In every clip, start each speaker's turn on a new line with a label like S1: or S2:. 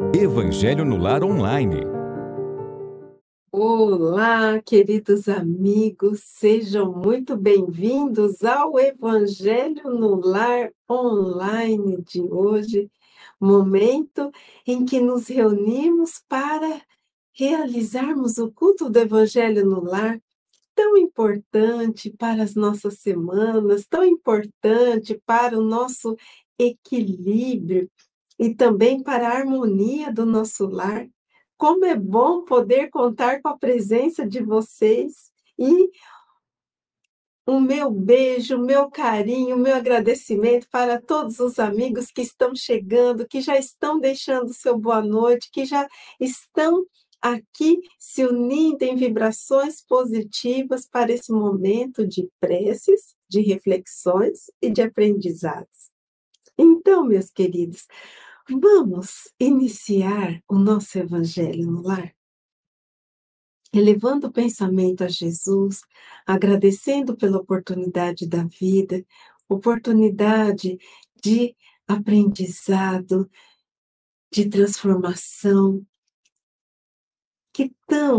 S1: Evangelho no Lar Online.
S2: Olá, queridos amigos, sejam muito bem-vindos ao Evangelho no Lar Online de hoje, momento em que nos reunimos para realizarmos o culto do Evangelho no Lar, tão importante para as nossas semanas, tão importante para o nosso equilíbrio e também para a harmonia do nosso lar. Como é bom poder contar com a presença de vocês e o meu beijo, o meu carinho, o meu agradecimento para todos os amigos que estão chegando, que já estão deixando seu boa noite, que já estão aqui se unindo em vibrações positivas para esse momento de preces, de reflexões e de aprendizados. Então, meus queridos, vamos iniciar o nosso Evangelho no Lar? Elevando o pensamento a Jesus, agradecendo pela oportunidade da vida, oportunidade de aprendizado, de transformação, que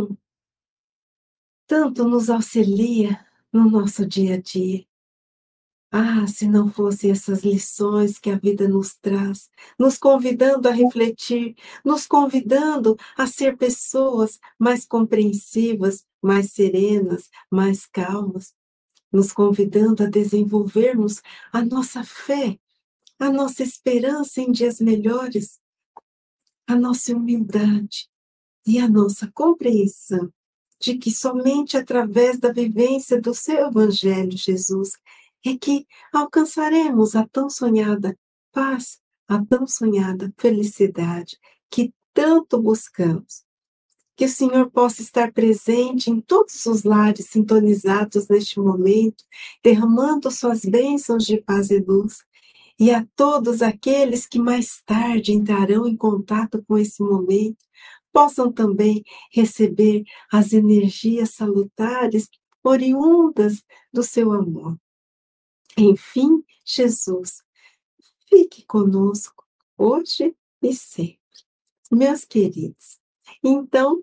S2: tanto nos auxilia no nosso dia a dia. Ah, se não fossem essas lições que a vida nos traz, nos convidando a refletir, nos convidando a ser pessoas mais compreensivas, mais serenas, mais calmas, nos convidando a desenvolvermos a nossa fé, a nossa esperança em dias melhores, a nossa humildade e a nossa compreensão de que somente através da vivência do seu Evangelho, Jesus, é que alcançaremos a tão sonhada paz, a tão sonhada felicidade que tanto buscamos. Que o Senhor possa estar presente em todos os lares sintonizados neste momento, derramando suas bênçãos de paz e luz, e a todos aqueles que mais tarde entrarão em contato com esse momento, possam também receber as energias salutares oriundas do seu amor. Enfim, Jesus, fique conosco hoje e sempre. Meus queridos, então,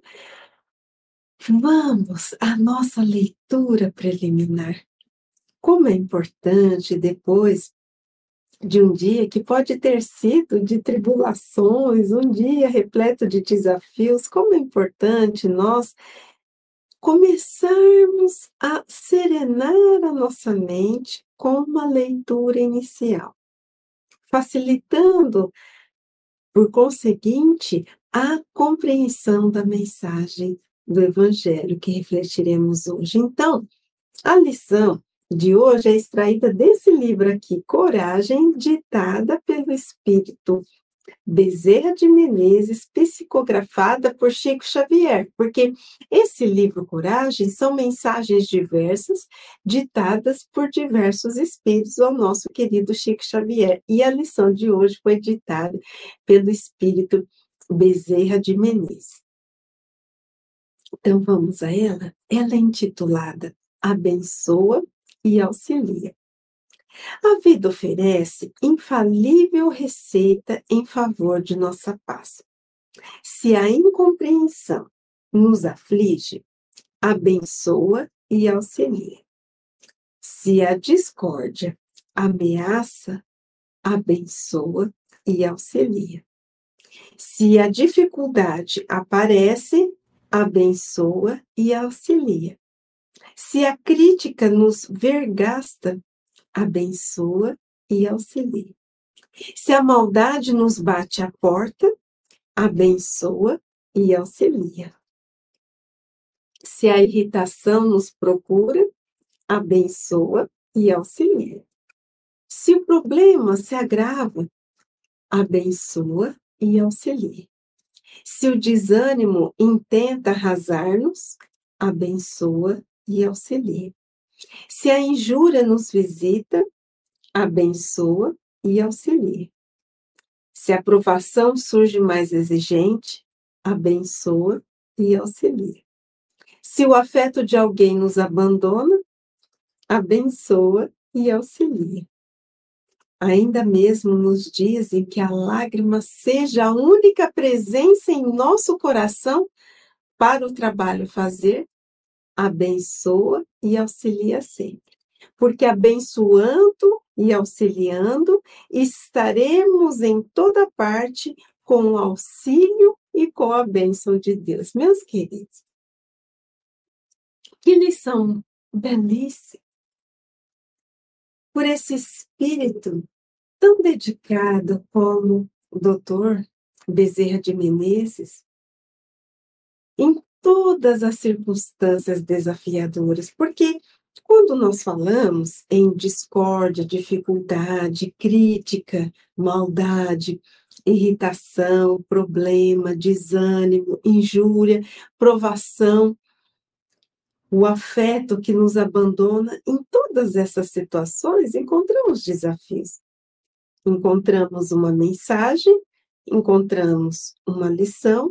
S2: vamos à nossa leitura preliminar. Como é importante, depois de um dia que pode ter sido de tribulações, um dia repleto de desafios, como é importante nós começarmos a serenar a nossa mente com uma leitura inicial, facilitando, por conseguinte, a compreensão da mensagem do Evangelho que refletiremos hoje. Então, a lição de hoje é extraída desse livro aqui, Coragem, ditada pelo Espírito Bezerra de Menezes, psicografada por Chico Xavier, porque esse livro Coragem são mensagens diversas, ditadas por diversos espíritos ao nosso querido Chico Xavier, e a lição de hoje foi ditada pelo Espírito Bezerra de Menezes. Então vamos a ela? Ela é intitulada Abençoa e Auxilia. A vida oferece infalível receita em favor de nossa paz. Se a incompreensão nos aflige, abençoa e auxilia. Se a discórdia ameaça, abençoa e auxilia. Se a dificuldade aparece, abençoa e auxilia. Se a crítica nos vergasta, abençoa e auxilia. Se a maldade nos bate à porta, abençoa e auxilia. Se a irritação nos procura, abençoa e auxilia. Se o problema se agrava, abençoa e auxilia. Se o desânimo intenta arrasar-nos, abençoa e auxilia. Se a injúria nos visita, abençoa e auxilia. Se a provação surge mais exigente, abençoa e auxilia. Se o afeto de alguém nos abandona, abençoa e auxilia. ainda mesmo nos dias em que a lágrima seja a única presença em nosso coração para o trabalho fazer, abençoa e auxilia sempre. Porque abençoando e auxiliando, estaremos em toda parte com o auxílio e com a bênção de Deus. Meus queridos, que lição belíssima! Por esse espírito tão dedicado como o doutor Bezerra de Menezes, em todas as circunstâncias desafiadoras, porque quando nós falamos em discórdia, dificuldade, crítica, maldade, irritação, problema, desânimo, injúria, provação, o afeto que nos abandona, em todas essas situações encontramos desafios. Encontramos uma mensagem, encontramos uma lição,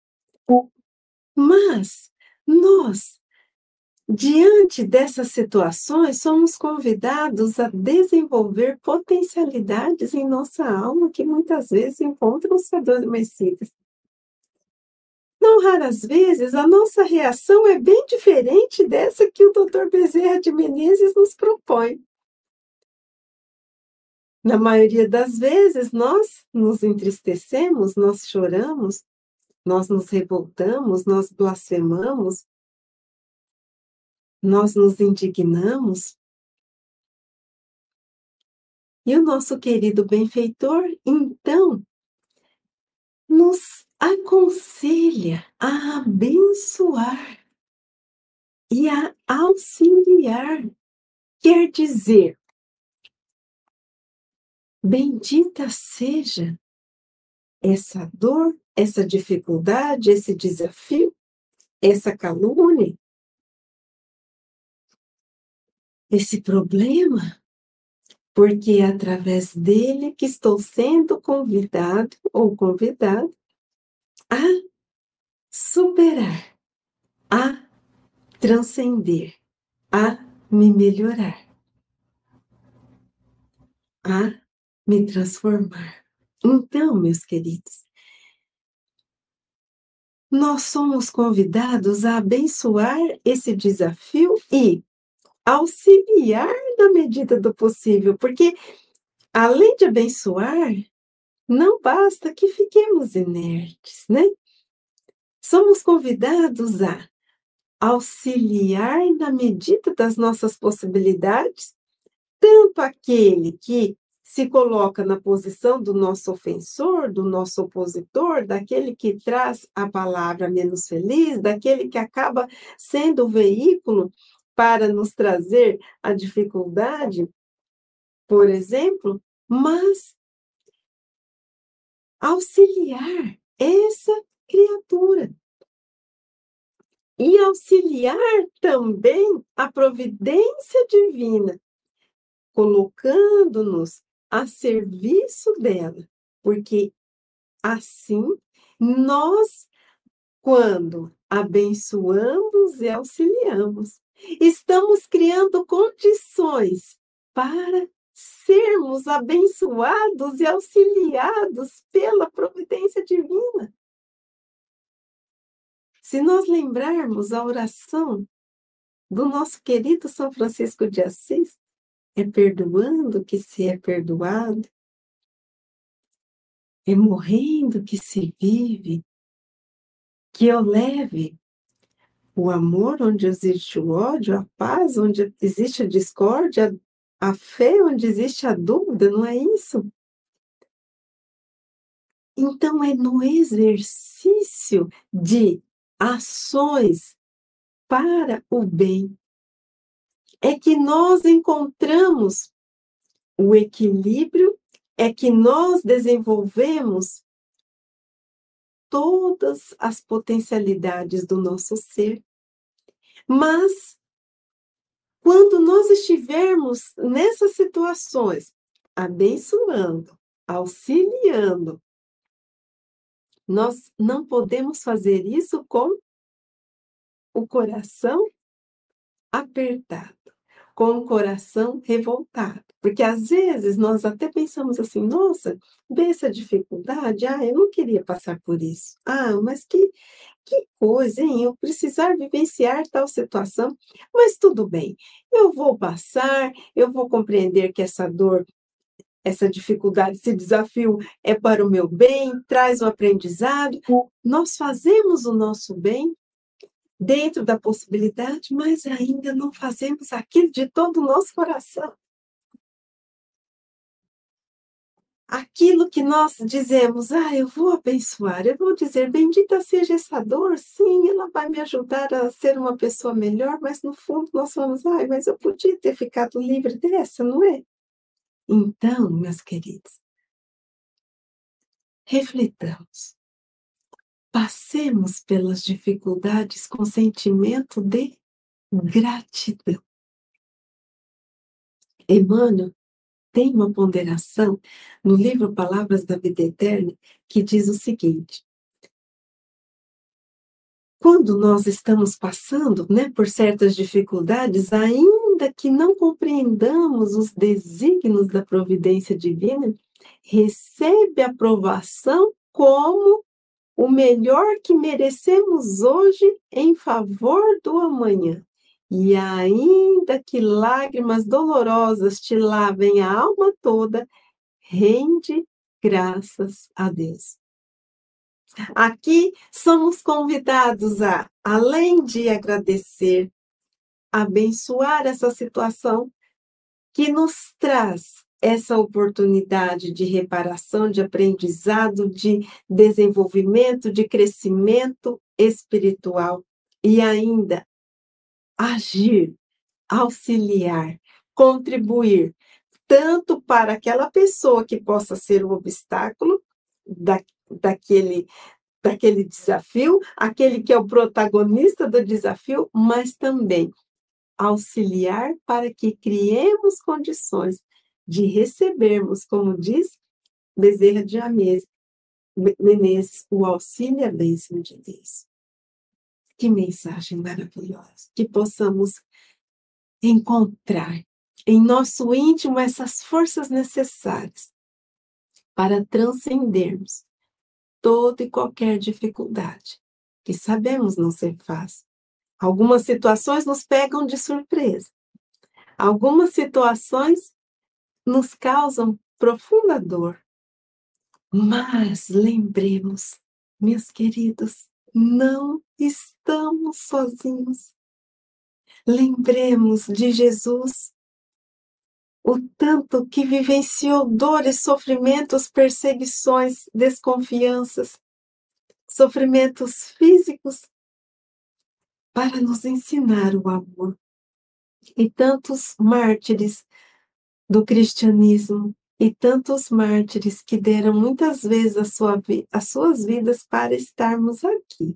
S2: mas nós, diante dessas situações, somos convidados a desenvolver potencialidades em nossa alma que muitas vezes encontram-se adormecidas. Não raras vezes, a nossa reação é bem diferente dessa que o Dr. Bezerra de Menezes nos propõe. Na maioria das vezes, nós nos entristecemos, nós choramos, nós nos revoltamos, nós blasfemamos, nós nos indignamos. E o nosso querido benfeitor, então, nos aconselha a abençoar e a auxiliar. Quer dizer, bendita seja essa dor, essa dificuldade, esse desafio, essa calúnia, esse problema, porque é através dele que estou sendo convidado ou convidada a superar, a transcender, a me melhorar, a me transformar. Então, meus queridos, nós somos convidados a abençoar esse desafio e auxiliar na medida do possível, porque além de abençoar, não basta que fiquemos inertes, né? Somos convidados a auxiliar na medida das nossas possibilidades, tanto aquele que se coloca na posição do nosso ofensor, do nosso opositor, daquele que traz a palavra menos feliz, daquele que acaba sendo o veículo para nos trazer a dificuldade, por exemplo, mas auxiliar essa criatura. E auxiliar também a providência divina, colocando-nos a serviço dela, porque assim nós, quando abençoamos e auxiliamos, estamos criando condições para sermos abençoados e auxiliados pela providência divina. Se nós lembrarmos a oração do nosso querido São Francisco de Assis, é perdoando que se é perdoado, é morrendo que se vive, que eu leve o amor onde existe o ódio, a paz onde existe a discórdia, a fé onde existe a dúvida, não é isso? Então, é no exercício de ações para o bem, é que nós encontramos o equilíbrio, é que nós desenvolvemos todas as potencialidades do nosso ser. Mas, quando nós estivermos nessas situações, abençoando, auxiliando, nós não podemos fazer isso com o coração apertado, com o coração revoltado. Porque às vezes nós até pensamos assim, nossa, vê essa dificuldade, eu não queria passar por isso. Mas que coisa, hein? Eu precisar vivenciar tal situação, mas tudo bem, eu vou passar, eu vou compreender que essa dor, essa dificuldade, esse desafio é para o meu bem, traz um aprendizado. Nós fazemos o nosso bem dentro da possibilidade, mas ainda não fazemos aquilo de todo o nosso coração. Aquilo que nós dizemos, eu vou abençoar, eu vou dizer, bendita seja essa dor, sim, ela vai me ajudar a ser uma pessoa melhor, mas no fundo nós falamos, mas eu podia ter ficado livre dessa, não é? Então, meus queridos, reflitamos, passemos pelas dificuldades com sentimento de gratidão. Emmanuel tem uma ponderação no livro Palavras da Vida Eterna que diz o seguinte: quando nós estamos passando, por certas dificuldades, ainda que não compreendamos os desígnios da providência divina, recebe aprovação como o melhor que merecemos hoje em favor do amanhã. E ainda que lágrimas dolorosas te lavem a alma toda, rende graças a Deus. Aqui somos convidados a, além de agradecer, abençoar essa situação que nos traz essa oportunidade de reparação, de aprendizado, de desenvolvimento, de crescimento espiritual e ainda agir, auxiliar, contribuir, tanto para aquela pessoa que possa ser um obstáculo daquele desafio, aquele que é o protagonista do desafio, mas também auxiliar para que criemos condições de recebermos, como diz Bezerra de Menezes, o auxílio e a bênção de Deus. Que mensagem maravilhosa! Que possamos encontrar em nosso íntimo essas forças necessárias para transcendermos toda e qualquer dificuldade, que sabemos não ser fácil. Algumas situações nos pegam de surpresa. Algumas situações nos causam profunda dor. Mas lembremos, meus queridos, não estamos sozinhos. Lembremos de Jesus, o tanto que vivenciou dores, sofrimentos, perseguições, desconfianças, sofrimentos físicos, para nos ensinar o amor. E tantos mártires do cristianismo, e tantos mártires que deram muitas vezes as suas vidas para estarmos aqui,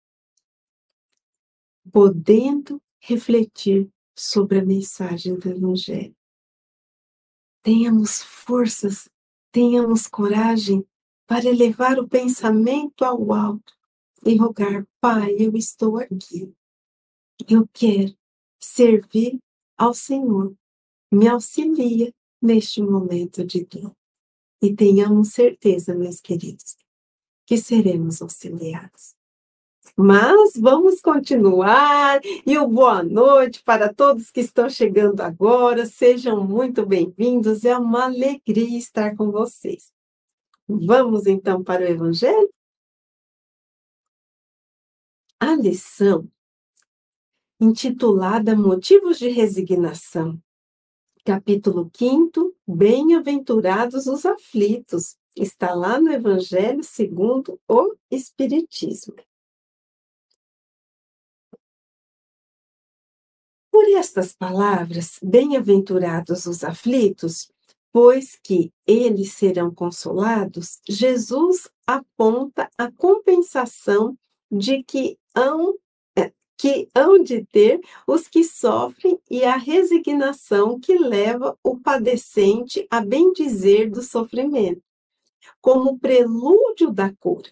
S2: podendo refletir sobre a mensagem do Evangelho. Tenhamos forças, tenhamos coragem para elevar o pensamento ao alto e rogar, Pai, eu estou aqui. Eu quero servir ao Senhor. Me auxilia neste momento de dor. E tenhamos certeza, meus queridos, que seremos auxiliados. Mas vamos continuar, e boa noite para todos que estão chegando agora, sejam muito bem-vindos, é uma alegria estar com vocês. Vamos então para o Evangelho? A lição intitulada Motivos de Resignação, capítulo 5, Bem-aventurados os aflitos, está lá no Evangelho segundo o Espiritismo. Por estas palavras, bem-aventurados os aflitos, pois que eles serão consolados, Jesus aponta a compensação de que hão de ter os que sofrem e a resignação que leva o padecente a bendizer do sofrimento, como prelúdio da cura.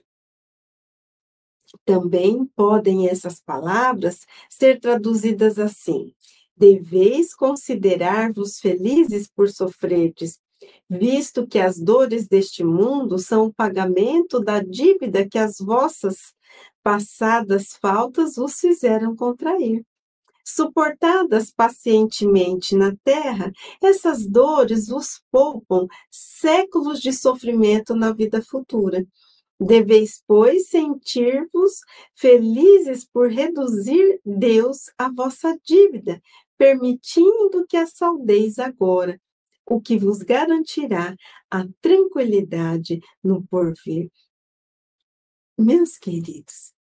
S2: Também podem essas palavras ser traduzidas assim: Deveis considerar-vos felizes por sofrerdes, visto que as dores deste mundo são o pagamento da dívida que as vossas passadas faltas vos fizeram contrair. Suportadas pacientemente na terra, essas dores vos poupam séculos de sofrimento na vida futura. Deveis, pois, sentir-vos felizes por reduzir Deus a vossa dívida, permitindo que a saldeis agora, o que vos garantirá a tranquilidade no porvir. Meus queridos,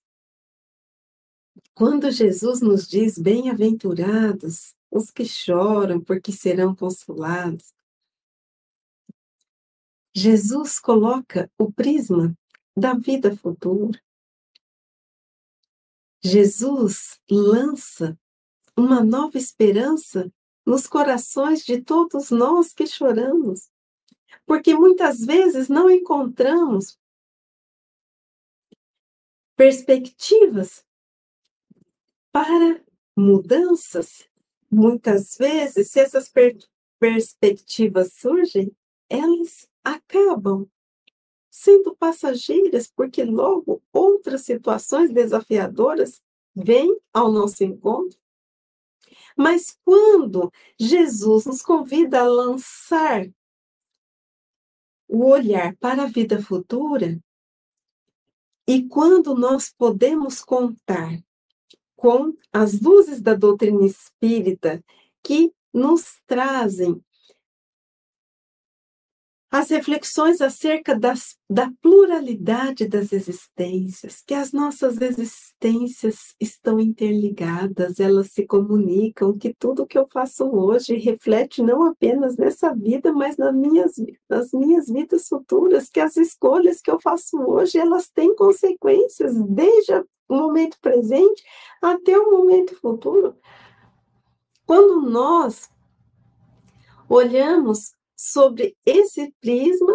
S2: quando Jesus nos diz bem-aventurados os que choram, porque serão consolados, Jesus coloca o prisma da vida futura. Jesus lança uma nova esperança nos corações de todos nós que choramos, porque muitas vezes não encontramos perspectivas para mudanças. Muitas vezes, se essas perspectivas surgem, elas acabam sendo passageiras, porque logo outras situações desafiadoras vêm ao nosso encontro. Mas quando Jesus nos convida a lançar o olhar para a vida futura, e quando nós podemos contar com as luzes da doutrina espírita que nos trazem as reflexões acerca da pluralidade das existências, que as nossas existências estão interligadas, elas se comunicam, que tudo que eu faço hoje reflete não apenas nessa vida, mas nas minhas vidas futuras, que as escolhas que eu faço hoje, elas têm consequências desde o momento presente até o momento futuro. Quando nós olhamos sobre esse prisma,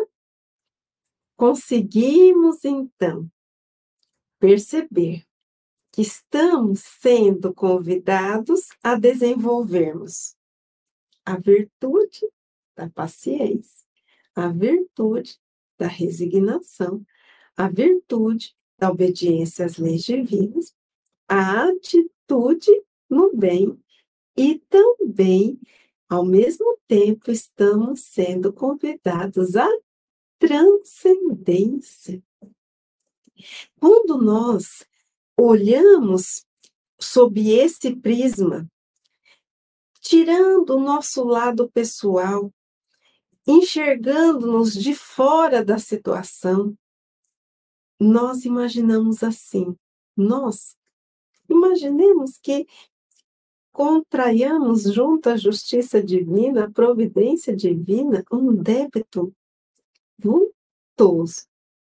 S2: conseguimos então perceber que estamos sendo convidados a desenvolvermos a virtude da paciência, a virtude da resignação, a virtude da obediência às leis divinas, a atitude no bem e também, ao mesmo tempo, estamos sendo convidados à transcendência. Quando nós olhamos sob esse prisma, tirando o nosso lado pessoal, enxergando-nos de fora da situação, nós imaginamos assim, nós imaginemos que contraiamos junto à justiça divina, à providência divina, um débito vultoso,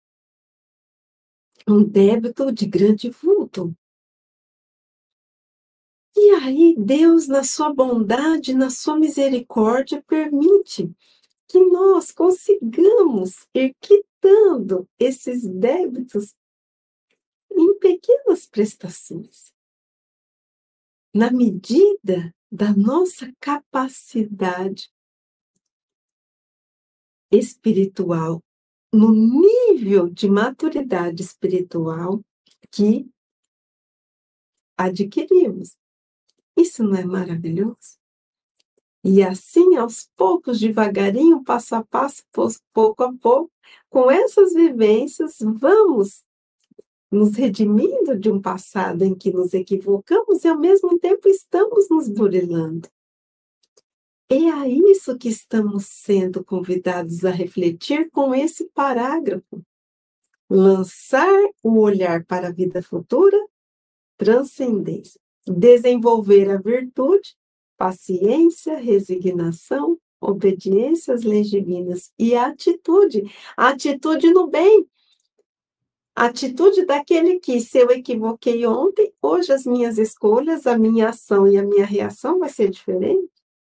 S2: um débito de grande vulto. E aí Deus, na sua bondade, na sua misericórdia, permite que nós consigamos ir quitando esses débitos em pequenas prestações, na medida da nossa capacidade espiritual, no nível de maturidade espiritual que adquirimos. Isso não é maravilhoso? E assim, aos poucos, devagarinho, passo a passo, pouco a pouco, com essas vivências, vamos nos redimindo de um passado em que nos equivocamos e, ao mesmo tempo, estamos nos burilando. E é isso que estamos sendo convidados a refletir com esse parágrafo. Lançar o olhar para a vida futura, transcendência. Desenvolver a virtude, paciência, resignação, obediência às leis divinas e a atitude no bem. A atitude daquele que, se eu equivoquei ontem, hoje as minhas escolhas, a minha ação e a minha reação vai ser diferente.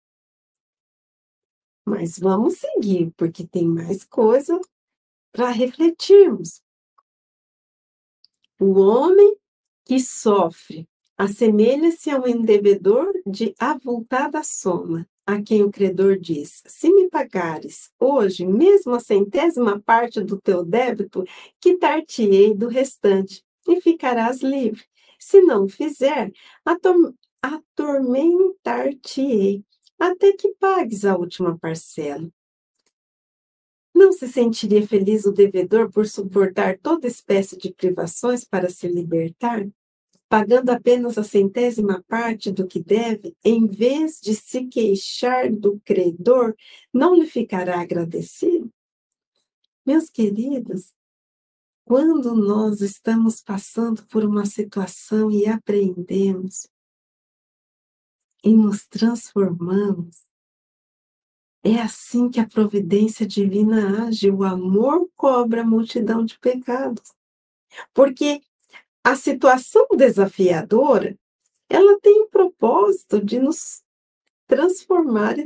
S2: Mas vamos seguir, porque tem mais coisa para refletirmos. O homem que sofre Assemelha-se a um devedor de avultada soma, a quem o credor diz: se me pagares hoje mesmo a centésima parte do teu débito, quitar-te-ei do restante e ficarás livre. Se não o fizer, atormentar-te-ei até que pagues a última parcela. Não se sentiria feliz o devedor por suportar toda espécie de privações para se libertar, pagando apenas a centésima parte do que deve, em vez de se queixar do credor, não lhe ficará agradecido? Meus queridos, quando nós estamos passando por uma situação e aprendemos e nos transformamos, é assim que a providência divina age. O amor cobra a multidão de pecados. Porque a situação desafiadora, ela tem o propósito de nos transformar e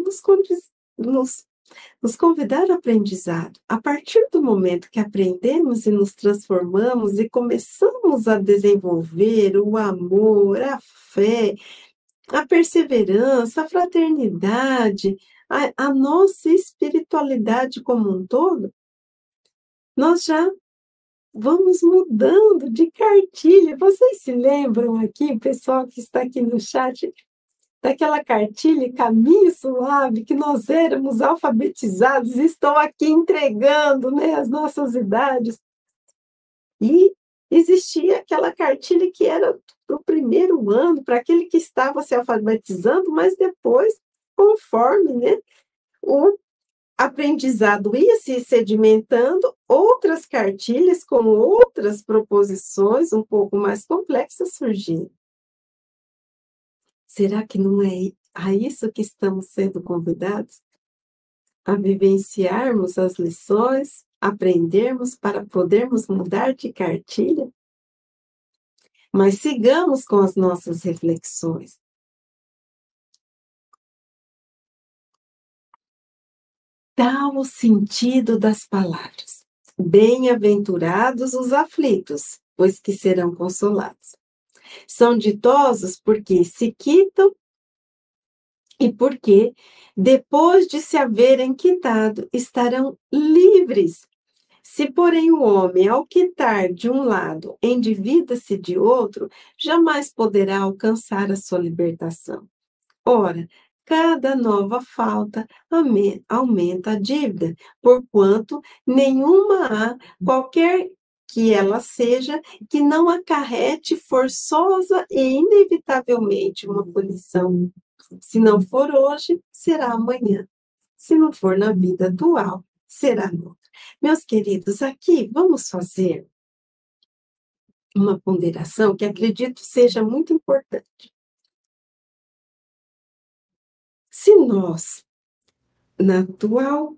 S2: nos convidar ao aprendizado. A partir do momento que aprendemos e nos transformamos e começamos a desenvolver o amor, a fé, a perseverança, a fraternidade, a nossa espiritualidade como um todo, nós já vamos mudando de cartilha. Vocês se lembram aqui, o pessoal que está aqui no chat, daquela cartilha Caminho Suave, que nós éramos alfabetizados, estou aqui entregando, né, as nossas idades. E existia aquela cartilha que era para o primeiro ano, para aquele que estava se alfabetizando, mas depois, conforme, né, o aprendizado ia se sedimentando, outras cartilhas com outras proposições um pouco mais complexas surgiram. Será que não é a isso que estamos sendo convidados? A vivenciarmos as lições, aprendermos para podermos mudar de cartilha? Mas sigamos com as nossas reflexões. Tal o sentido das palavras: bem-aventurados os aflitos, pois que serão consolados. São ditosos porque se quitam e porque, depois de se haverem quitado, estarão livres. Se, porém, o homem, ao quitar de um lado, endivida-se de outro, jamais poderá alcançar a sua libertação. Ora, cada nova falta aumenta a dívida, porquanto nenhuma há, qualquer que ela seja, que não acarrete forçosa e inevitavelmente uma punição. Se não for hoje, será amanhã. Se não for na vida atual, será noutra. Meus queridos, aqui vamos fazer uma ponderação que acredito seja muito importante. Se nós, na atual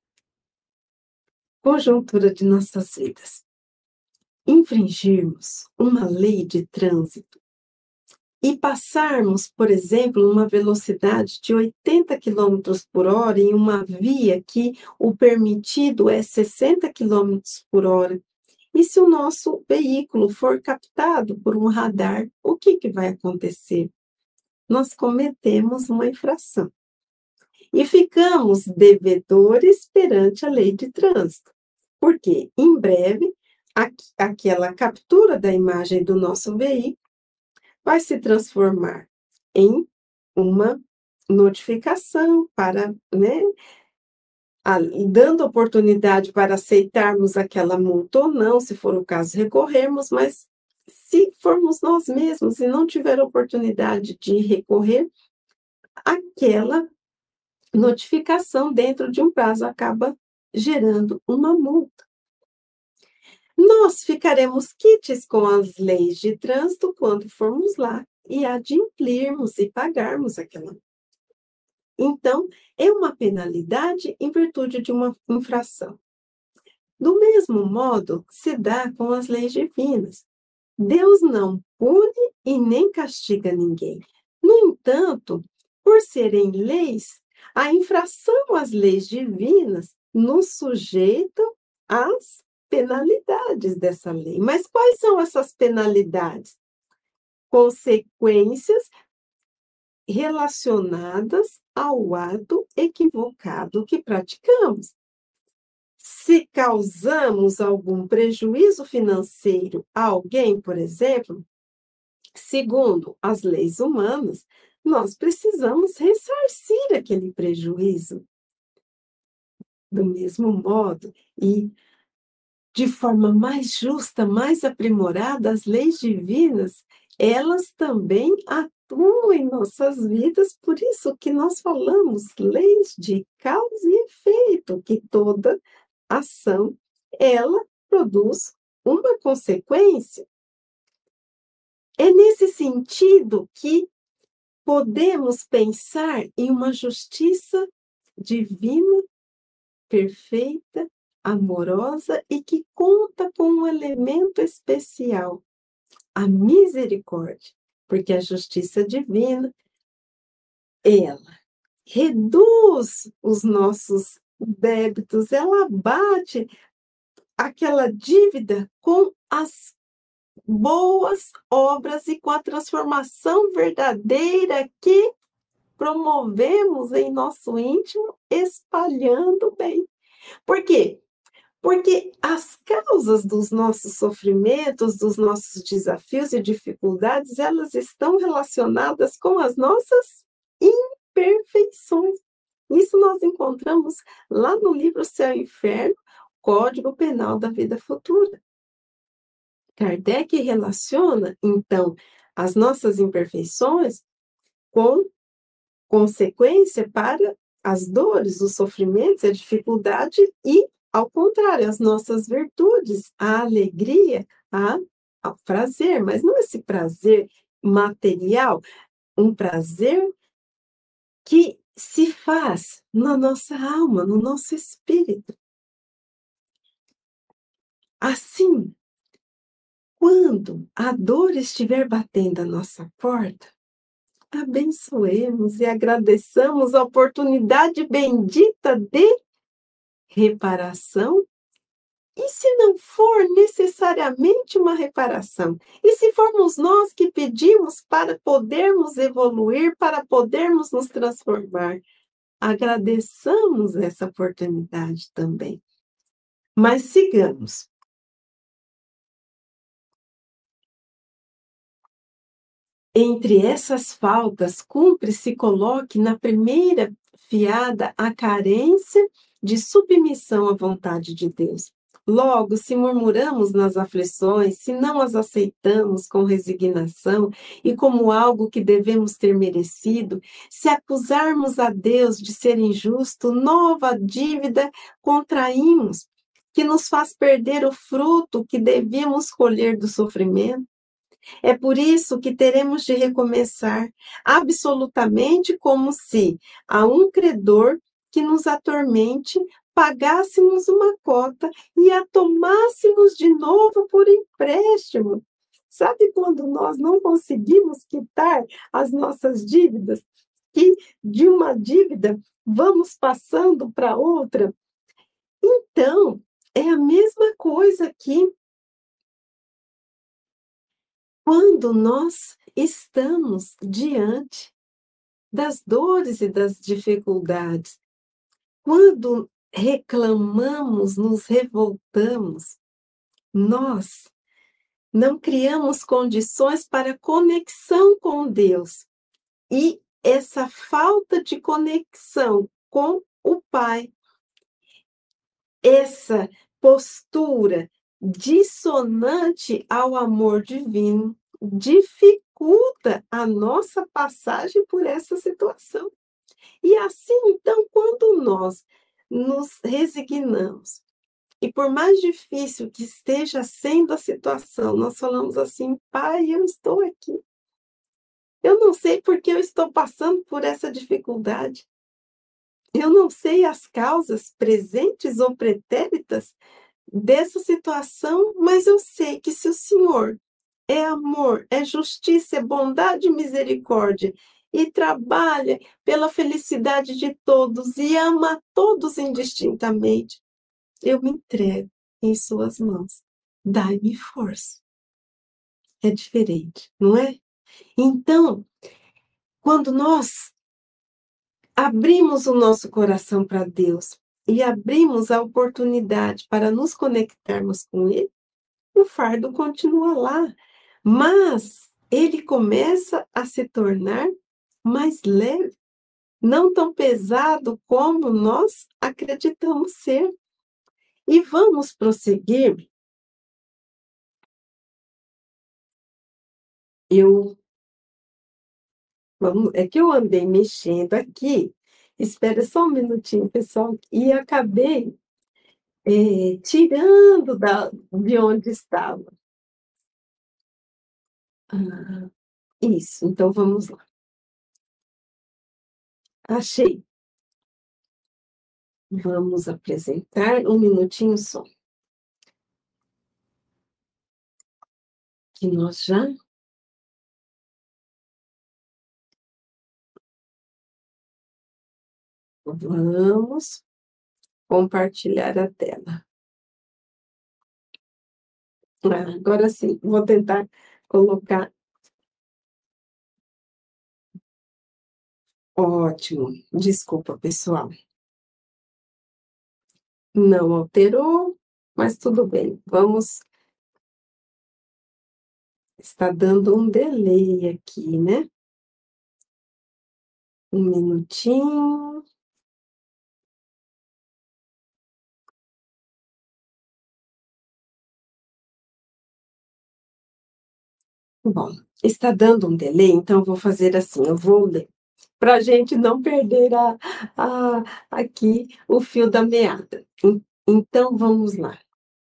S2: conjuntura de nossas vidas, infringirmos uma lei de trânsito e passarmos, por exemplo, uma velocidade de 80 quilômetros por hora em uma via que o permitido é 60 quilômetros por hora, e se o nosso veículo for captado por um radar, o que vai acontecer? Nós cometemos uma infração e ficamos devedores perante a lei de trânsito, porque em breve aquela captura da imagem do nosso veículo vai se transformar em uma notificação para, né, dando oportunidade para aceitarmos aquela multa ou não, se for o caso, recorrermos, mas se formos nós mesmos e não tiver oportunidade de recorrer, aquela notificação dentro de um prazo acaba gerando uma multa. Nós ficaremos quites com as leis de trânsito quando formos lá e adimplirmos e pagarmos aquela multa. Então, é uma penalidade em virtude de uma infração. Do mesmo modo, se dá com as leis divinas. Deus não pune e nem castiga ninguém. No entanto, por serem leis, a infração às leis divinas nos sujeitam às penalidades dessa lei. Mas quais são essas penalidades? consequências relacionadas ao ato equivocado que praticamos. Se causamos algum prejuízo financeiro a alguém, por exemplo, segundo as leis humanas, nós precisamos ressarcir aquele prejuízo. Do mesmo modo, e de forma mais justa, mais aprimorada, as leis divinas, elas também atuam em nossas vidas, por isso que nós falamos leis de causa e efeito, que toda ação, ela produz uma consequência. É nesse sentido que podemos pensar em uma justiça divina, perfeita, amorosa e que conta com um elemento especial, a misericórdia, porque a justiça divina, ela reduz os nossos débitos, ela abate aquela dívida com as boas obras e com a transformação verdadeira que promovemos em nosso íntimo, espalhando o bem. Por quê? Porque as causas dos nossos sofrimentos, dos nossos desafios e dificuldades, elas estão relacionadas com as nossas imperfeições. Isso nós encontramos lá no livro Céu e Inferno, Código Penal da Vida Futura. Kardec relaciona, então, as nossas imperfeições com consequência para as dores, os sofrimentos, a dificuldade e, ao contrário, as nossas virtudes, a alegria, ao prazer, mas não esse prazer material, um prazer que se faz na nossa alma, no nosso espírito. Assim, quando a dor estiver batendo a nossa porta, abençoemos e agradeçamos a oportunidade bendita de reparação. E se não for necessariamente uma reparação? E se formos nós que pedimos para podermos evoluir, para podermos nos transformar? Agradeçamos essa oportunidade também. Mas sigamos. Entre essas faltas, cumpre se coloque na primeira fiada a carência de submissão à vontade de Deus. Logo, se murmuramos nas aflições, se não as aceitamos com resignação e como algo que devemos ter merecido, se acusarmos a Deus de ser injusto, nova dívida contraímos, que nos faz perder o fruto que devíamos colher do sofrimento. É por isso que teremos de recomeçar, absolutamente como se a um credor que nos atormente pagássemos uma cota e a tomássemos de novo por empréstimo. Sabe quando nós não conseguimos quitar as nossas dívidas? Que de uma dívida vamos passando para outra? Então, é a mesma coisa aqui. Quando nós estamos diante das dores e das dificuldades, quando reclamamos, nos revoltamos, nós não criamos condições para conexão com Deus. E essa falta de conexão com o Pai, essa postura dissonante ao amor divino, dificulta a nossa passagem por essa situação. E assim, então, quando nós nos resignamos, e por mais difícil que esteja sendo a situação, nós falamos assim: Pai, eu estou aqui. Eu não sei por que eu estou passando por essa dificuldade. Eu não sei as causas presentes ou pretéritas dessa situação, mas eu sei que se o Senhor é amor, é justiça, é bondade e misericórdia, e trabalha pela felicidade de todos e ama todos indistintamente, eu me entrego em suas mãos. Dai-me força. É diferente, não é? Então, quando nós abrimos o nosso coração para Deus e abrimos a oportunidade para nos conectarmos com Ele, o fardo continua lá, mas ele começa a se tornar mais leve, não tão pesado como nós acreditamos ser. E vamos prosseguir. É que eu andei mexendo aqui, espera só um minutinho, pessoal, e acabei tirando de onde estava. Isso, então vamos lá. Achei. Vamos apresentar um minutinho só. Que nós já vamos compartilhar a tela. Agora sim, vou tentar colocar. Ótimo. Desculpa, pessoal. Não alterou, mas tudo bem. Está dando um delay aqui, né? Um minutinho. Bom, está dando um delay, então eu vou fazer assim, eu vou ler, para a gente não perder aqui o fio da meada. Então, vamos lá.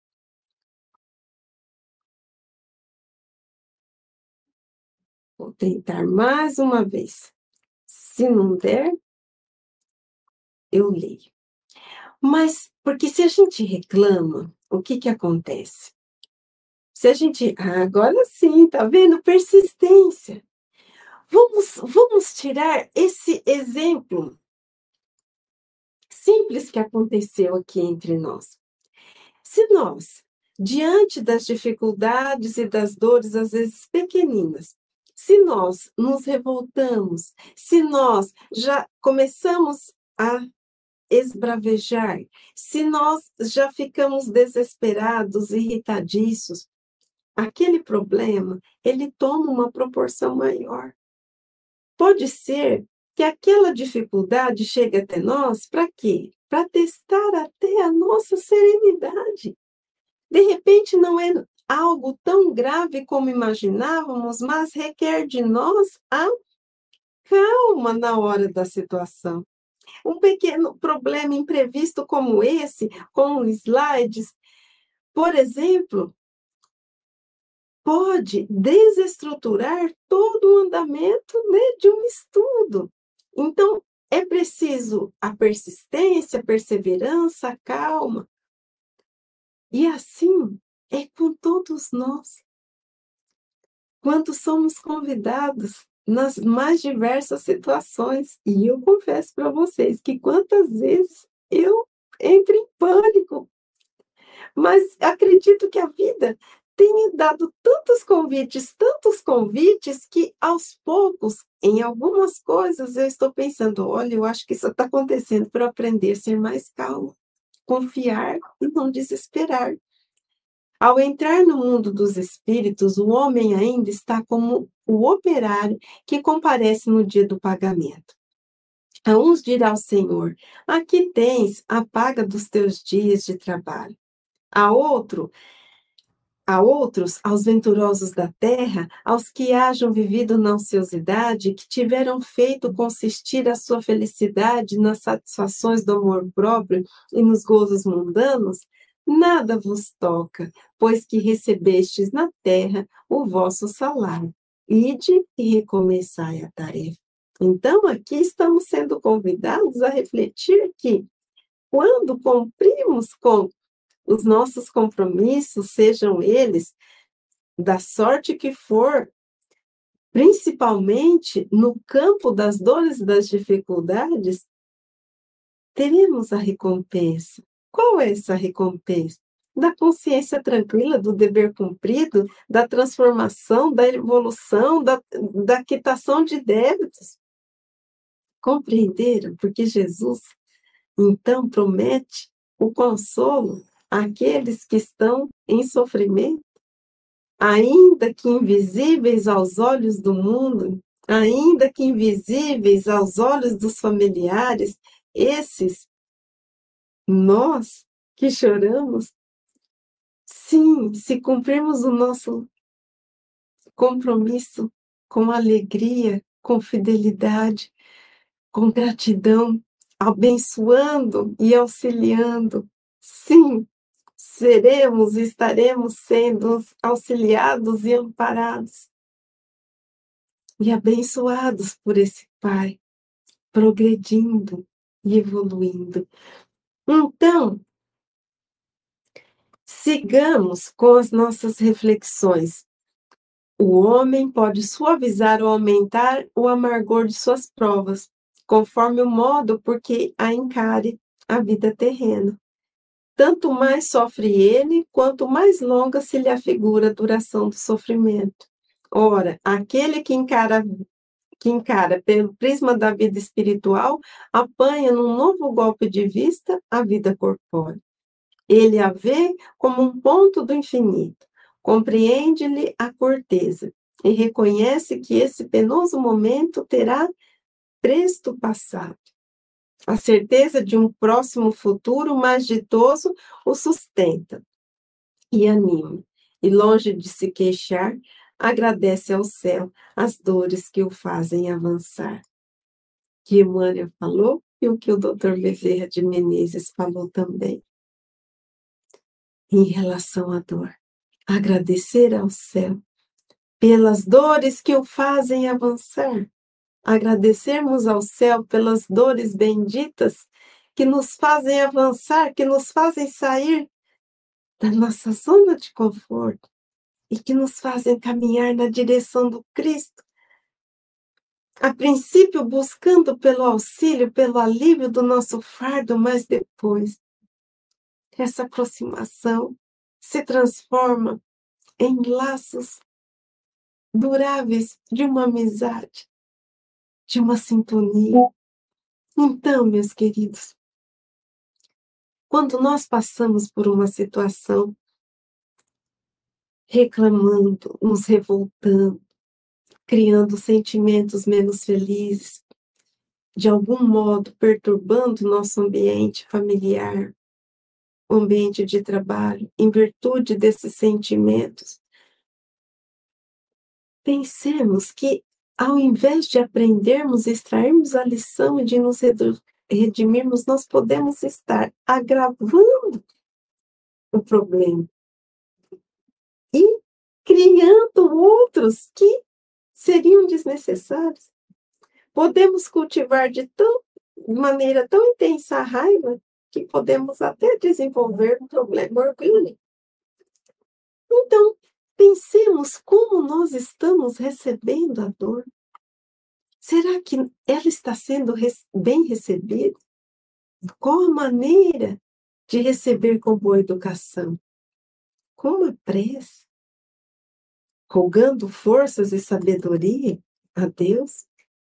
S2: Vou tentar mais uma vez. Se não der, eu leio. Mas, porque se a gente reclama, o que acontece? Se a gente... agora sim, tá vendo? Persistência. Vamos tirar esse exemplo simples que aconteceu aqui entre nós. Se nós, diante das dificuldades e das dores, às vezes pequeninas, se nós nos revoltamos, se nós já começamos a esbravejar, se nós já ficamos desesperados, irritadiços, aquele problema, ele toma uma proporção maior. Pode ser que aquela dificuldade chegue até nós para quê? Para testar até a nossa serenidade. De repente, não é algo tão grave como imaginávamos, mas requer de nós a calma na hora da situação. Um pequeno problema imprevisto como esse, com slides, por exemplo, pode desestruturar todo o andamento, né, de um estudo. Então, é preciso a persistência, a perseverança, a calma. E assim é com todos nós. Quando somos convidados nas mais diversas situações. E eu confesso para vocês que quantas vezes eu entro em pânico, mas acredito que a vida tem dado tantos convites, que aos poucos, em algumas coisas, eu estou pensando, olha, eu acho que isso está acontecendo para eu aprender a ser mais calmo, confiar e não desesperar. Ao entrar no mundo dos espíritos, o homem ainda está como o operário que comparece no dia do pagamento. A uns dirá o Senhor: aqui tens a paga dos teus dias de trabalho. A outros, aos venturosos da terra, aos que hajam vivido na ociosidade, que tiveram feito consistir a sua felicidade nas satisfações do amor próprio e nos gozos mundanos, nada vos toca, pois que recebestes na terra o vosso salário. Ide e recomeçai a tarefa. Então, aqui estamos sendo convidados a refletir que, quando cumprimos com os nossos compromissos, sejam eles da sorte que for, principalmente no campo das dores e das dificuldades, teremos a recompensa. Qual é essa recompensa? da consciência tranquila, do dever cumprido, da transformação, da evolução, da quitação de débitos. Compreenderam? Porque Jesus, então, promete o consolo àqueles que estão em sofrimento, ainda que invisíveis aos olhos do mundo, ainda que invisíveis aos olhos dos familiares, esses, nós que choramos, sim, se cumprirmos o nosso compromisso com alegria, com fidelidade, com gratidão, abençoando e auxiliando. Sim, seremos e estaremos sendo auxiliados e amparados e abençoados por esse Pai, progredindo e evoluindo. Então, sigamos com as nossas reflexões. O homem pode suavizar ou aumentar o amargor de suas provas, conforme o modo por que a encare a vida terrena. Tanto mais sofre ele, quanto mais longa se lhe afigura a duração do sofrimento. Ora, aquele que encara pelo prisma da vida espiritual, apanha num novo golpe de vista a vida corpórea. Ele a vê como um ponto do infinito, compreende-lhe a corteza e reconhece que esse penoso momento terá presto passado. A certeza de um próximo futuro mais ditoso o sustenta e anima, e longe de se queixar, agradece ao céu as dores que o fazem avançar. Que Emmanuel falou e o que o Dr. Bezerra de Menezes falou também. Em relação à dor, agradecer ao céu pelas dores que o fazem avançar, agradecermos ao céu pelas dores benditas que nos fazem avançar, que nos fazem sair da nossa zona de conforto e que nos fazem caminhar na direção do Cristo, a princípio buscando pelo auxílio, pelo alívio do nosso fardo, mas depois essa aproximação se transforma em laços duráveis de uma amizade, de uma sintonia. Então, meus queridos, quando nós passamos por uma situação reclamando, nos revoltando, criando sentimentos menos felizes, de algum modo perturbando nosso ambiente familiar, o ambiente de trabalho, em virtude desses sentimentos, pensemos que, ao invés de aprendermos, extrairmos a lição e de nos redimirmos, nós podemos estar agravando o problema e criando outros que seriam desnecessários. Podemos cultivar de maneira tão intensa a raiva que podemos até desenvolver um problema orgulho. Então, pensemos como nós estamos recebendo a dor. Será que ela está sendo bem recebida? Qual a maneira de receber com boa educação? Com uma prece? Rogando forças e sabedoria a Deus?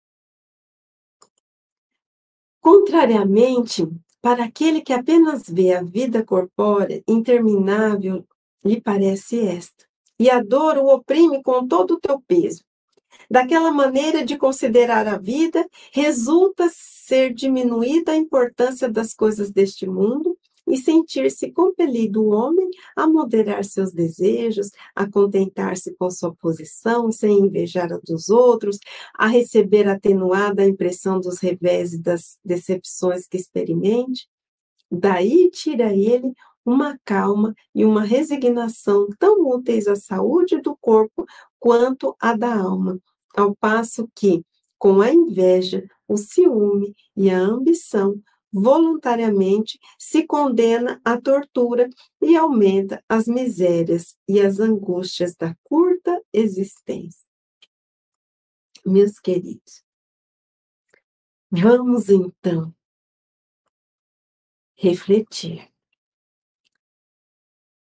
S2: Contrariamente, para aquele que apenas vê a vida corpórea interminável, lhe parece esta, e a dor o oprime com todo o teu peso. Daquela maneira de considerar a vida, resulta ser diminuída a importância das coisas deste mundo e sentir-se compelido o homem a moderar seus desejos, a contentar-se com sua posição, sem invejar a dos outros, a receber atenuada a impressão dos revés e das decepções que experimente. Daí tira ele uma calma e uma resignação tão úteis à saúde do corpo quanto à da alma, ao passo que, com a inveja, o ciúme e a ambição, voluntariamente se condena à tortura e aumenta as misérias e as angústias da curta existência. Meus queridos, vamos então refletir.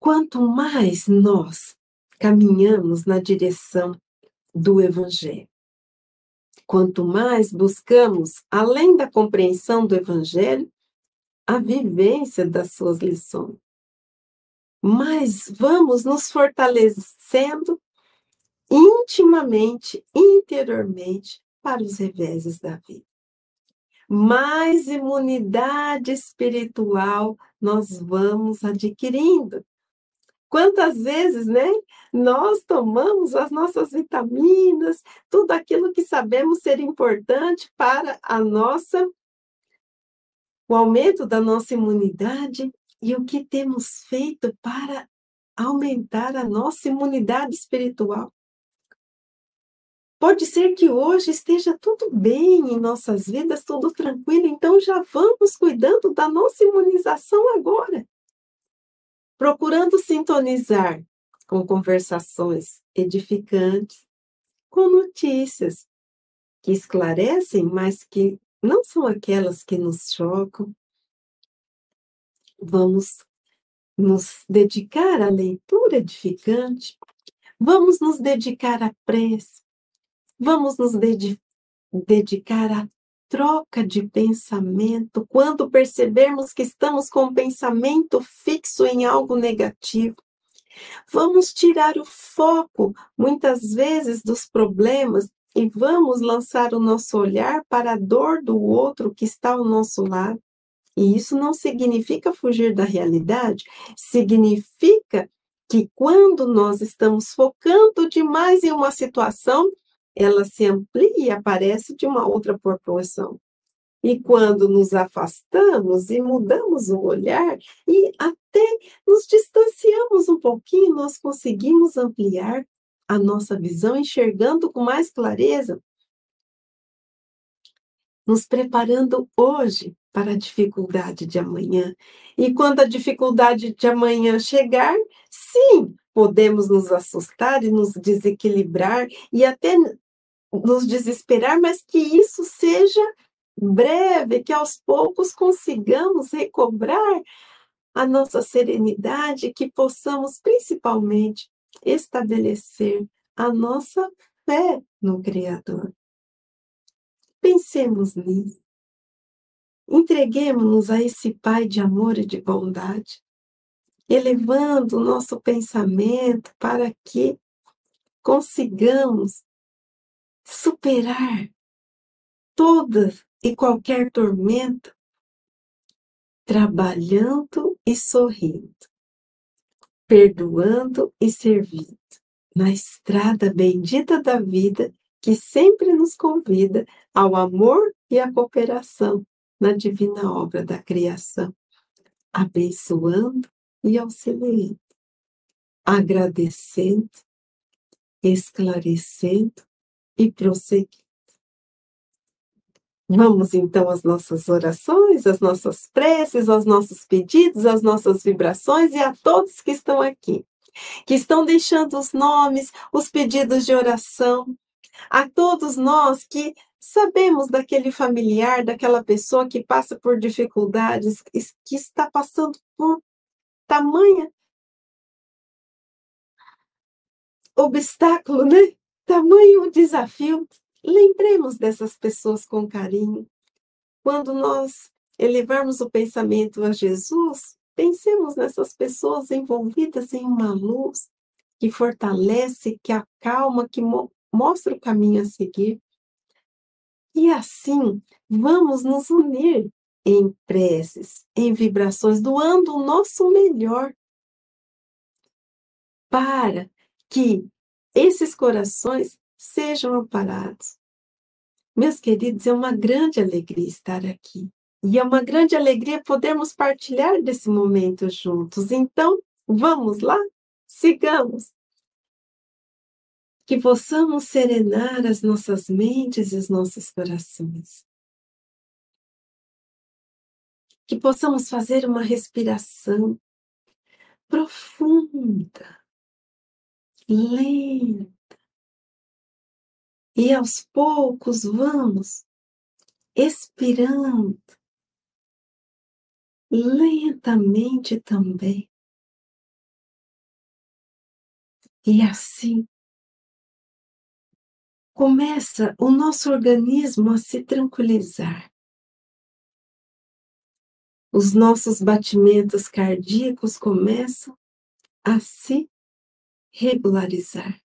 S2: quanto mais nós caminhamos na direção do Evangelho, quanto mais buscamos, além da compreensão do Evangelho, a vivência das suas lições, mais vamos nos fortalecendo intimamente, interiormente, para os reveses da vida. Mais imunidade espiritual nós vamos adquirindo. Quantas vezes, né, nós tomamos as nossas vitaminas, tudo aquilo que sabemos ser importante para o aumento da nossa imunidade, e o que temos feito para aumentar a nossa imunidade espiritual? Pode ser que hoje esteja tudo bem em nossas vidas, tudo tranquilo, então já vamos cuidando da nossa imunização agora, procurando sintonizar com conversações edificantes, com notícias que esclarecem, mas que não são aquelas que nos chocam. Vamos nos dedicar à leitura edificante, vamos nos dedicar à prece, vamos nos dedicar à troca de pensamento, quando percebermos que estamos com o pensamento fixo em algo negativo. Vamos tirar o foco, muitas vezes, dos problemas e vamos lançar o nosso olhar para a dor do outro que está ao nosso lado. E isso não significa fugir da realidade, significa que quando nós estamos focando demais em uma situação, ela se amplia e aparece de uma outra proporção. E quando nos afastamos e mudamos o olhar e até nos distanciamos um pouquinho, nós conseguimos ampliar a nossa visão, enxergando com mais clareza, nos preparando hoje para a dificuldade de amanhã. E quando a dificuldade de amanhã chegar, sim, podemos nos assustar e nos desequilibrar e até nos desesperar, mas que isso seja breve, que aos poucos consigamos recobrar a nossa serenidade, que possamos principalmente estabelecer a nossa fé no Criador. Pensemos nisso. Entreguemos-nos a esse Pai de amor e de bondade, elevando o nosso pensamento para que consigamos superar toda e qualquer tormenta, trabalhando e sorrindo, perdoando e servindo, na estrada bendita da vida, que sempre nos convida ao amor e à cooperação na divina obra da criação, abençoando e auxiliando, agradecendo, esclarecendo e prosseguindo. Vamos então às nossas orações, às nossas preces, aos nossos pedidos, às nossas vibrações e a todos que estão aqui, que estão deixando os nomes, os pedidos de oração, a todos nós que sabemos daquele familiar, daquela pessoa que passa por dificuldades, que está passando por tamanha obstáculo, né? Tamanho desafio. Lembremos dessas pessoas com carinho. Quando nós elevarmos o pensamento a Jesus, pensemos nessas pessoas envolvidas em uma luz que fortalece, que acalma, que mostra o caminho a seguir. E assim, vamos nos unir em preces, em vibrações, doando o nosso melhor para que esses corações sejam amparados. Meus queridos, é uma grande alegria estar aqui. E é uma grande alegria podermos partilhar desse momento juntos. Então, vamos lá? Sigamos. Que possamos serenar as nossas mentes e os nossos corações. Que possamos fazer uma respiração profunda, lenta. E aos poucos vamos expirando lentamente também. E assim, começa o nosso organismo a se tranquilizar. Os nossos batimentos cardíacos começam a se regularizar.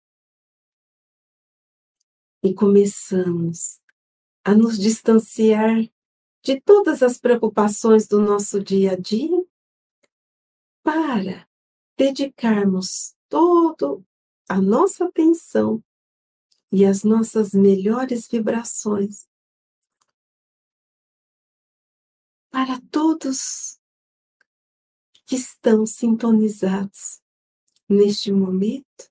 S2: E começamos a nos distanciar de todas as preocupações do nosso dia a dia para dedicarmos toda a nossa atenção e as nossas melhores vibrações para todos que estão sintonizados neste momento,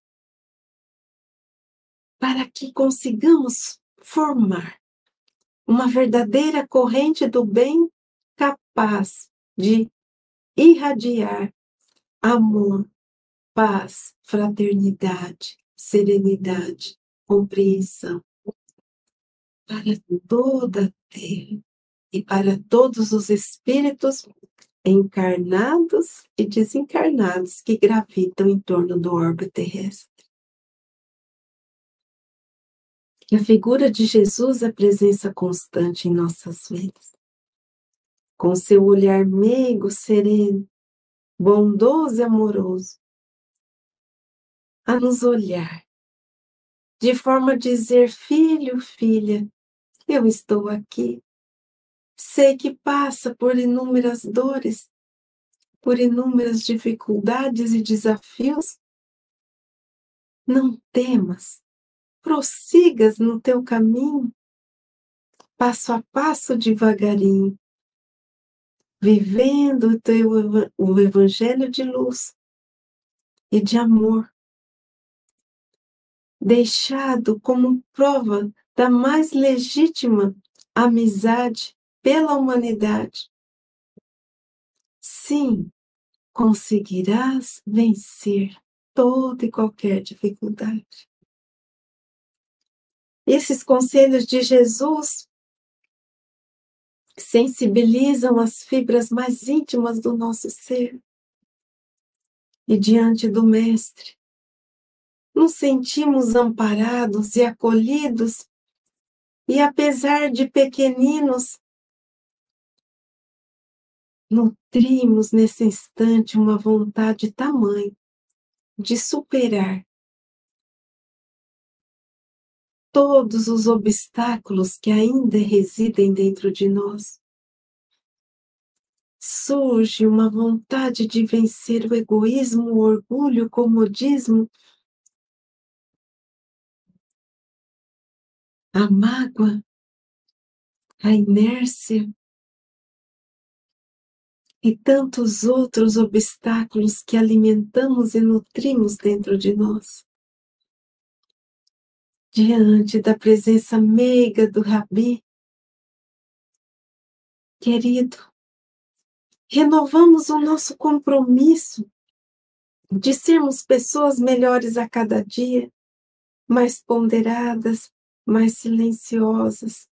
S2: para que consigamos formar uma verdadeira corrente do bem capaz de irradiar amor, paz, fraternidade, serenidade, compreensão para toda a Terra e para todos os espíritos encarnados e desencarnados que gravitam em torno do orbe terrestre. A figura de Jesus é presença constante em nossas vidas. Com seu olhar meigo, sereno, bondoso e amoroso, a nos olhar, de forma a dizer: filho, filha, eu estou aqui. Sei que passa por inúmeras dores, por inúmeras dificuldades e desafios. Não temas, prossigas no teu caminho, passo a passo, devagarinho, vivendo o evangelho de luz e de amor, deixado como prova da mais legítima amizade pela humanidade. Sim, conseguirás vencer toda e qualquer dificuldade. Esses conselhos de Jesus sensibilizam as fibras mais íntimas do nosso ser. E diante do Mestre, nos sentimos amparados e acolhidos, e apesar de pequeninos, nutrimos nesse instante uma vontade tamanha de superar todos os obstáculos que ainda residem dentro de nós. Surge uma vontade de vencer o egoísmo, o orgulho, o comodismo, a mágoa, a inércia e tantos outros obstáculos que alimentamos e nutrimos dentro de nós. Diante da presença meiga do Rabi, querido, renovamos o nosso compromisso de sermos pessoas melhores a cada dia, mais ponderadas, mais silenciosas,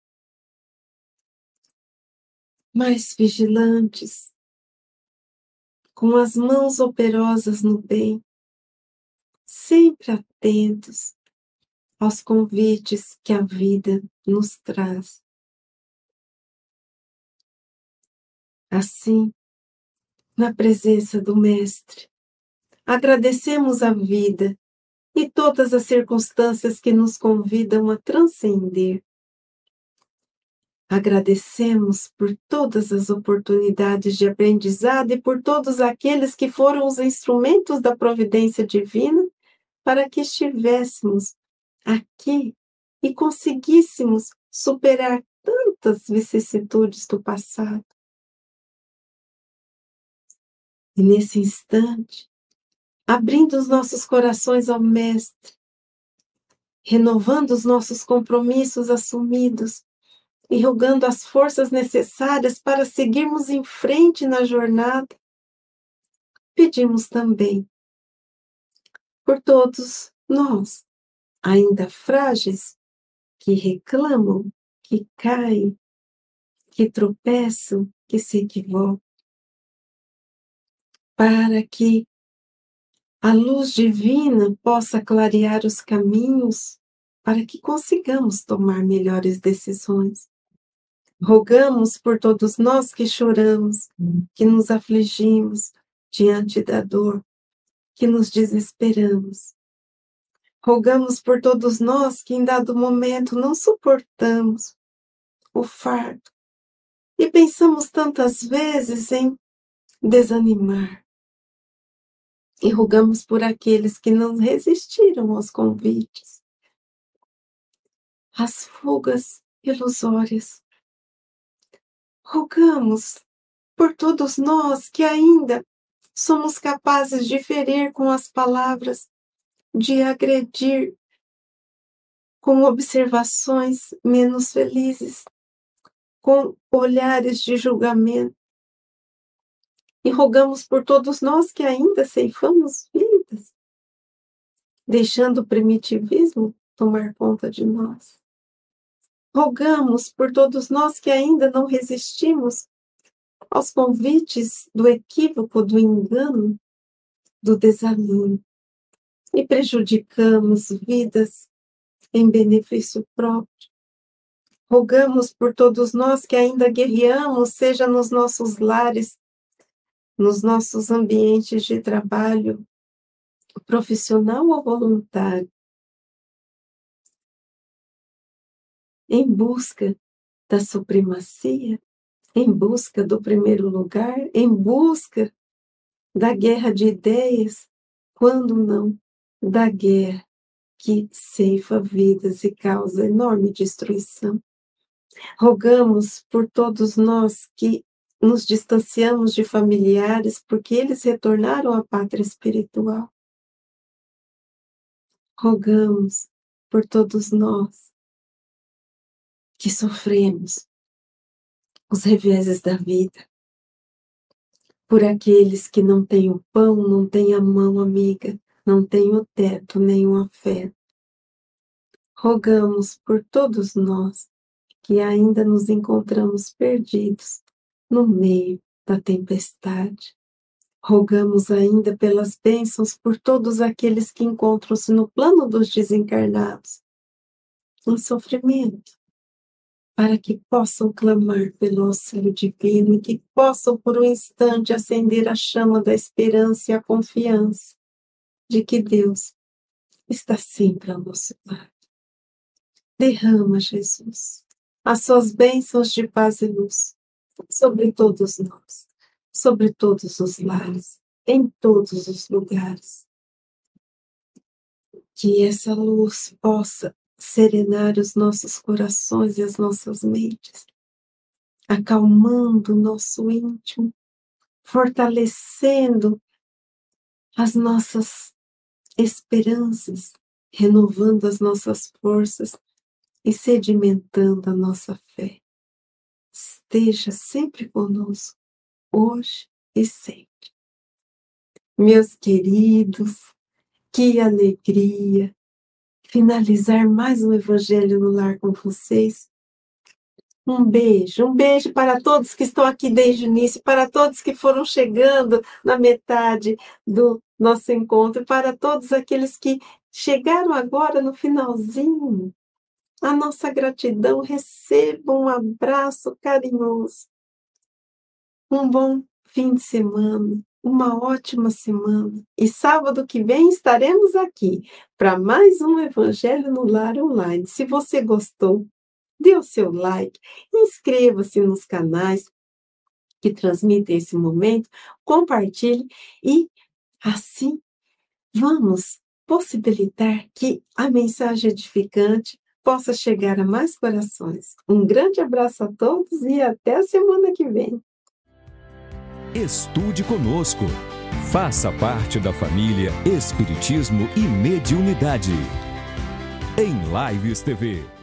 S2: mais vigilantes, com as mãos operosas no bem, sempre atentos aos convites que a vida nos traz. Assim, na presença do Mestre, agradecemos a vida e todas as circunstâncias que nos convidam a transcender. Agradecemos por todas as oportunidades de aprendizado e por todos aqueles que foram os instrumentos da providência divina para que estivéssemos aqui e conseguíssemos superar tantas vicissitudes do passado. E nesse instante, abrindo os nossos corações ao Mestre, renovando os nossos compromissos assumidos e rogando as forças necessárias para seguirmos em frente na jornada, pedimos também por todos nós, ainda frágeis, que reclamam, que caem, que tropeçam, que se equivocam, para que a luz divina possa clarear os caminhos para que consigamos tomar melhores decisões. Rogamos por todos nós que choramos, que nos afligimos diante da dor, que nos desesperamos. Rogamos por todos nós que em dado momento não suportamos o fardo e pensamos tantas vezes em desanimar. E rogamos por aqueles que não resistiram aos convites, às fugas ilusórias. Rogamos por todos nós que ainda somos capazes de ferir com as palavras, de agredir com observações menos felizes, com olhares de julgamento. E rogamos por todos nós que ainda ceifamos vidas, deixando o primitivismo tomar conta de nós. Rogamos por todos nós que ainda não resistimos aos convites do equívoco, do engano, do desânimo, e prejudicamos vidas em benefício próprio. Rogamos por todos nós que ainda guerreamos, seja nos nossos lares, nos nossos ambientes de trabalho, profissional ou voluntário, em busca da supremacia, em busca do primeiro lugar, em busca da guerra de ideias, quando não da guerra que ceifa vidas e causa enorme destruição. Rogamos por todos nós que nos distanciamos de familiares porque eles retornaram à pátria espiritual. Rogamos por todos nós que sofremos os reveses da vida, por aqueles que não têm o pão, não têm a mão amiga, não têm o teto, nem o afeto. Rogamos por todos nós que ainda nos encontramos perdidos no meio da tempestade. Rogamos ainda pelas bênçãos por todos aqueles que encontram-se no plano dos desencarnados, em sofrimento, para que possam clamar pelo auxílio divino e que possam por um instante acender a chama da esperança e a confiança de que Deus está sempre ao nosso lado. Derrama, Jesus, as suas bênçãos de paz e luz sobre todos nós, sobre todos os lares, em todos os lugares. Que essa luz possa serenar os nossos corações e as nossas mentes, acalmando o nosso íntimo, fortalecendo as nossas esperanças, renovando as nossas forças e sedimentando a nossa fé. Esteja sempre conosco, hoje e sempre. Meus queridos, que alegria finalizar mais um Evangelho no Lar com vocês. Um beijo para todos que estão aqui desde o início, para todos que foram chegando na metade do nosso encontro, para todos aqueles que chegaram agora no finalzinho. A nossa gratidão, recebam um abraço carinhoso. Um bom fim de semana, uma ótima semana. E sábado que vem estaremos aqui para mais um Evangelho no Lar Online. Se você gostou, dê o seu like, inscreva-se nos canais que transmitem esse momento, compartilhe e assim vamos possibilitar que a mensagem edificante possa chegar a mais corações. Um grande abraço a todos e até a semana que vem.
S1: Estude conosco. Faça parte da família Espiritismo e Mediunidade. Em Lives TV.